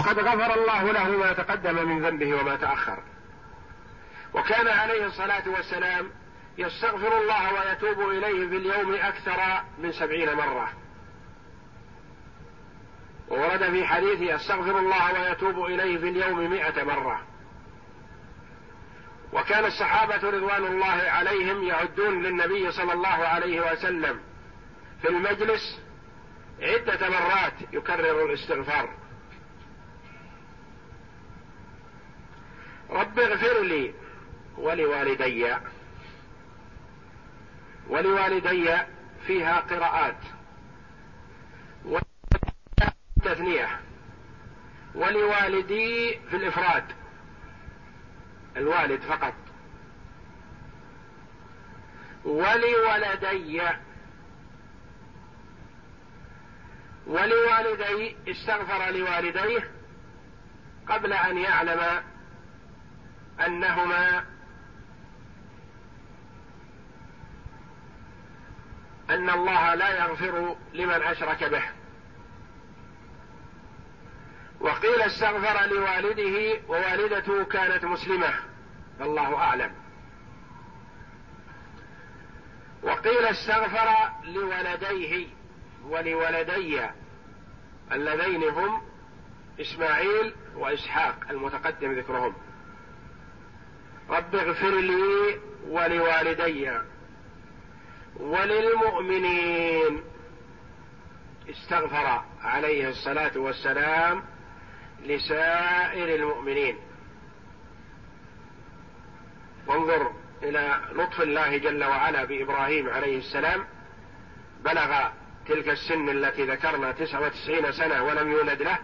وقد غفر الله له ما تقدم من ذنبه وما تأخر. وكان عليه الصلاة والسلام يستغفر الله ويتوب إليه في اليوم أكثر من 70 مرة، وورد في حديث يستغفر الله ويتوب إليه في اليوم 100 مرة. وكان الصحابة رضوان الله عليهم يعدون للنبي صلى الله عليه وسلم في المجلس عدة مرات يكرر الاستغفار. رب اغفر لي ولوالدي فيها قراءات والتثنية، ولوالدي في الإفراد الوالد فقط، ولوالدي استغفر لوالديه قبل أن يعلم أن الله لا يغفر لمن أشرك به. وقيل استغفر لوالده ووالدته كانت مسلمة والله أعلم. وقيل استغفر لولديه ولولدي اللذين هم إسماعيل وإسحاق المتقدم ذكرهم. رب اغفر لي ولوالدي وللمؤمنين. استغفر عليه الصلاة والسلام لسائر المؤمنين. وانظر إلى لطف الله جل وعلا بإبراهيم عليه السلام، بلغ تلك السن التي ذكرنا 99 سنة ولم يولد له،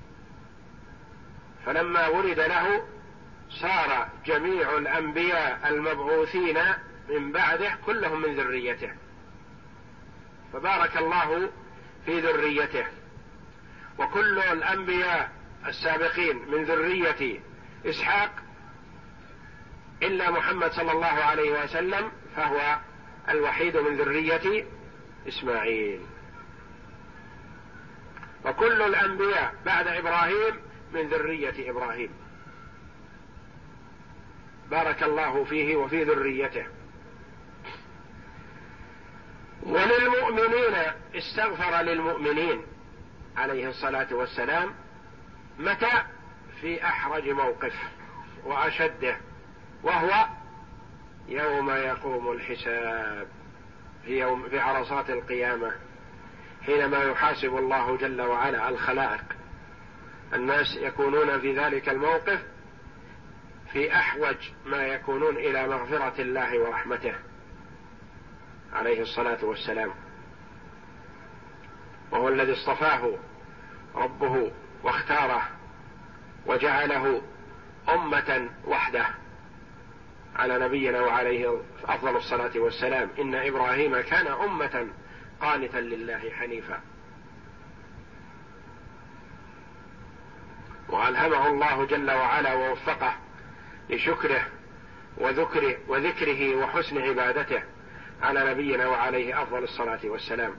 فلما ولد له صار جميع الأنبياء المبعوثين من بعده كلهم من ذريته، فبارك الله في ذريته. وكل الأنبياء السابقين من ذرية إسحاق إلا محمد صلى الله عليه وسلم، فهو الوحيد من ذرية إسماعيل. وكل الأنبياء بعد إبراهيم من ذرية إبراهيم، بارك الله فيه وفي ذريته. وللمؤمنين استغفر للمؤمنين عليه الصلاة والسلام. متى؟ في أحرج موقف وأشده، وهو يوم يقوم الحساب، في عرصات القيامة، حينما يحاسب الله جل وعلا الخلائق. الناس يكونون في ذلك الموقف في أحوج ما يكونون إلى مغفرة الله ورحمته عليه الصلاة والسلام، وهو الذي اصطفاه ربه واختاره وجعله أمة وحده على نبينا وعليه أفضل الصلاة والسلام. إن إبراهيم كان أمة قانتا لله حنيفا. وألهمه الله جل وعلا ووفقه لشكره وذكره وحسن عبادته على نبينا وعليه أفضل الصلاة والسلام.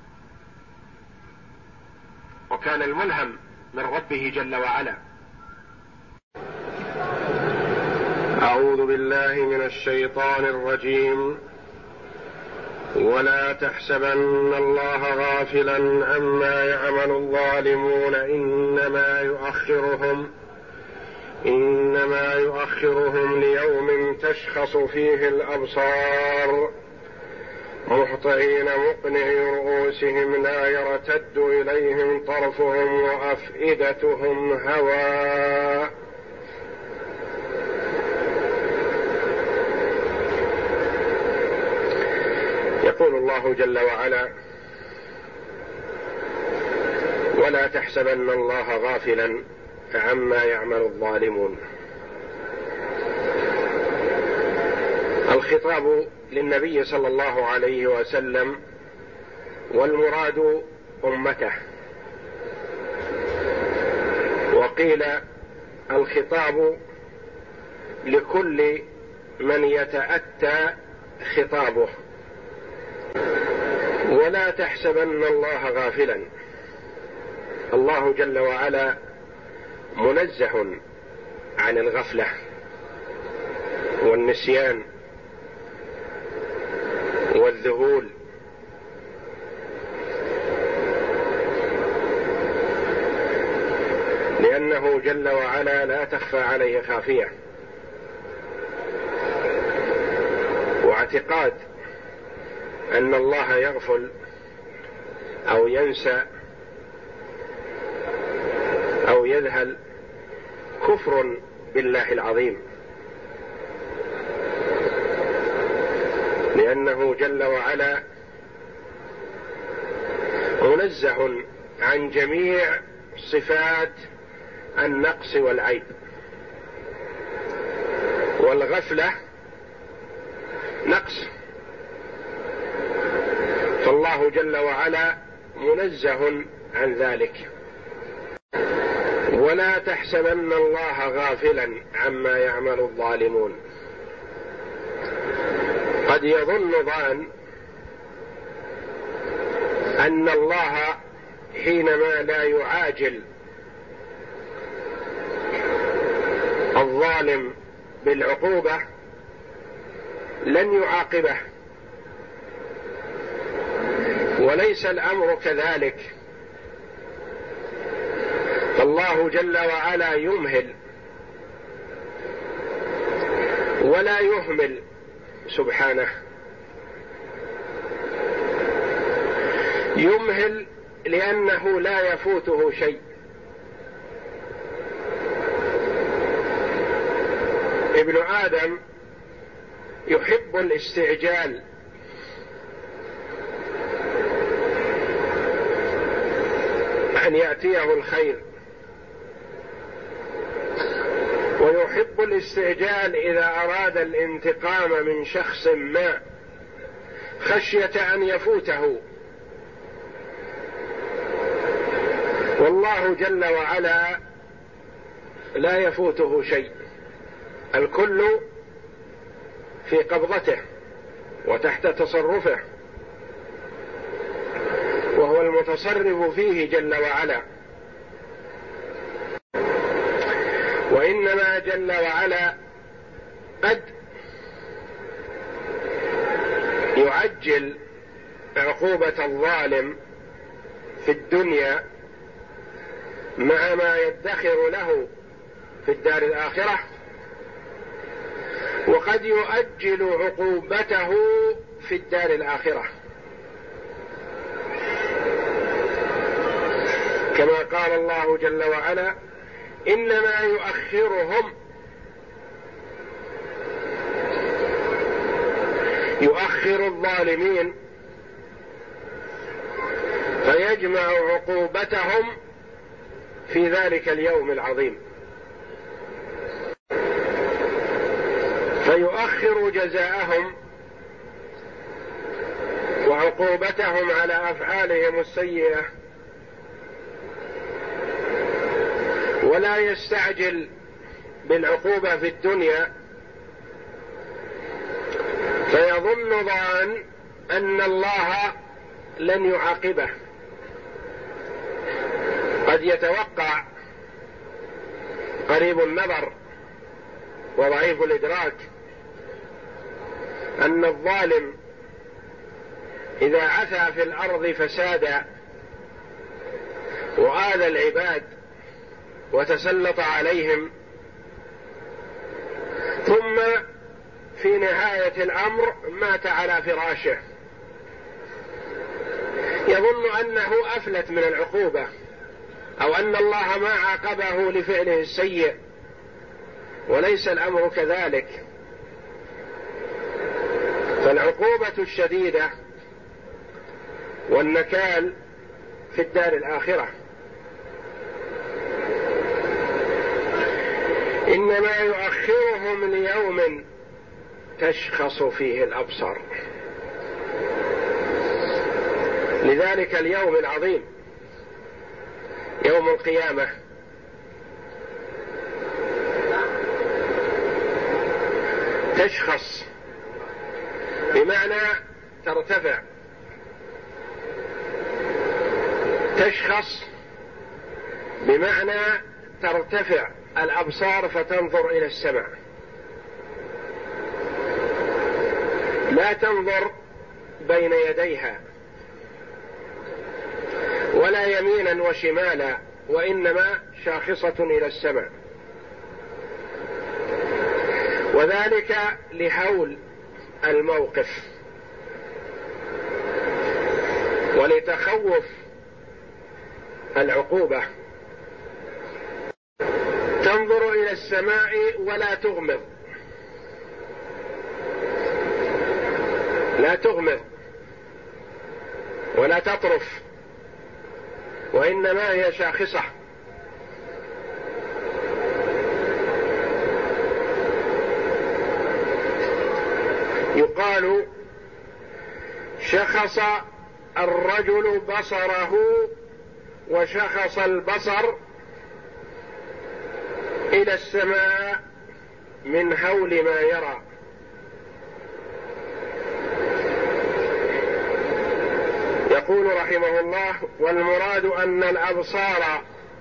وكان الملهم من ربه جل وعلا. أعوذ بالله من الشيطان الرجيم. ولا تحسبن الله غافلا عما يعمل الظالمون إنما يؤخرهم ليوم تشخص فيه الأبصار مهطعين مقنعي رؤوسهم لا يرتد إليهم طرفهم وأفئدتهم هواء. يقول الله جل وعلا: ولا تحسبن الله غافلا عما يعمل الظالمون. الخطاب للنبي صلى الله عليه وسلم، والمراد أمته. وقيل الخطاب لكل من يتأتى خطابه. ولا تحسبن الله غافلا. الله جل وعلا منزه عن الغفلة والنسيان والذهول، لأنه جل وعلا لا تخفى عليه خافية. واعتقاد أن الله يغفل أو ينسى أو يذهل كفر بالله العظيم، لأنه جل وعلا منزه عن جميع صفات النقص والعيب، والغفلة نقص، فالله جل وعلا منزه عن ذلك. ولا تحسبن الله غافلا عما يعمل الظالمون. قد يظن ظان أن الله حينما لا يعاجل الظالم بالعقوبة لن يعاقبه، وليس الأمر كذلك، فالله جل وعلا يمهل ولا يهمل سبحانه. يمهل لأنه لا يفوته شيء، ابن آدم يحب الاستعجال، أن يأتيه الخير، ويحب الاستعجال إذا أراد الانتقام من شخص ما خشية أن يفوته. والله جل وعلا لا يفوته شيء، الكل في قبضته وتحت تصرفه، وهو المتصرف فيه جل وعلا. وإنما جل وعلا قد يعجل عقوبة الظالم في الدنيا مع ما يدخر له في الدار الآخرة، وقد يؤجل عقوبته في الدار الآخرة، كما قال الله جل وعلا: إنما يؤخر الظالمين فيجمع عقوبتهم في ذلك اليوم العظيم، فيؤخر جزاءهم وعقوبتهم على أفعالهم السيئة، ولا يستعجل بالعقوبة في الدنيا، فيظن ظان أن الله لن يعاقبه. قد يتوقع قريب النظر وضعيف الإدراك أن الظالم إذا عثى في الأرض فسادا وآذى العباد وتسلط عليهم، ثم في نهاية الأمر مات على فراشه، يظن أنه أفلت من العقوبة، أو أن الله ما عاقبه لفعله السيء، وليس الأمر كذلك. فالعقوبة الشديدة والنكال في الدار الآخرة. إنما يؤخرهم ليوم تشخص فيه الأبصار، لذلك اليوم العظيم يوم القيامة تشخص بمعنى ترتفع، تشخص بمعنى ترتفع الأبصار فتنظر إلى السماء، لا تنظر بين يديها ولا يمينا وشمالا، وإنما شاخصة إلى السماء، وذلك لهول الموقف ولتخوف العقوبة. تنظر إلى السماء ولا تغمض، لا تغمض ولا تطرف، وإنما هي شاخصة. يقال شخص الرجل بصره وشخص البصر إلى السماء من هول ما يرى. يقول رحمه الله: والمراد أن الأبصار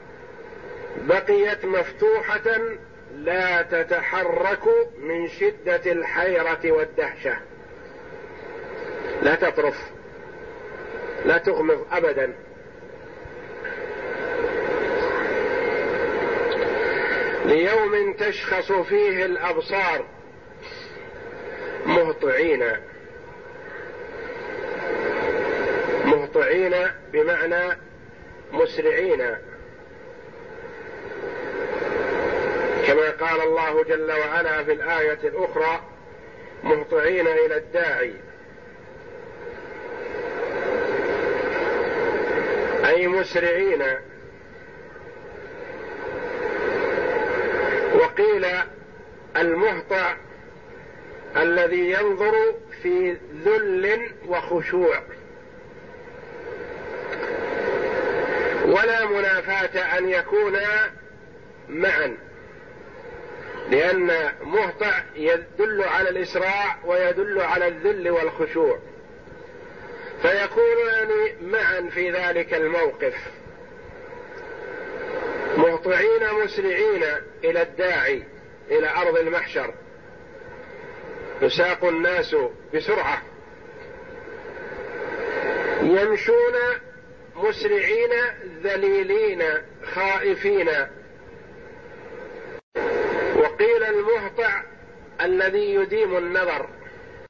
بقيت مفتوحة لا تتحرك من شدة الحيرة والدهشة، لا تطرف لا تغمض أبدا. ليوم تشخص فيه الأبصار مهطعين، مهطعين بمعنى مسرعين، كما قال الله جل وعلا في الآية الأخرى: مهطعين إلى الداعي، أي مسرعين. وقيل المهطع الذي ينظر في ذل وخشوع، ولا منافاة أن يكونا معا، لأن مهطع يدل على الإسراع ويدل على الذل والخشوع، فيكونان معا في ذلك الموقف، مهطعين مسرعين إلى الداعي، إلى أرض المحشر، يساق الناس بسرعة، يمشون مسرعين ذليلين خائفين. وقيل المهطع الذي يديم النظر،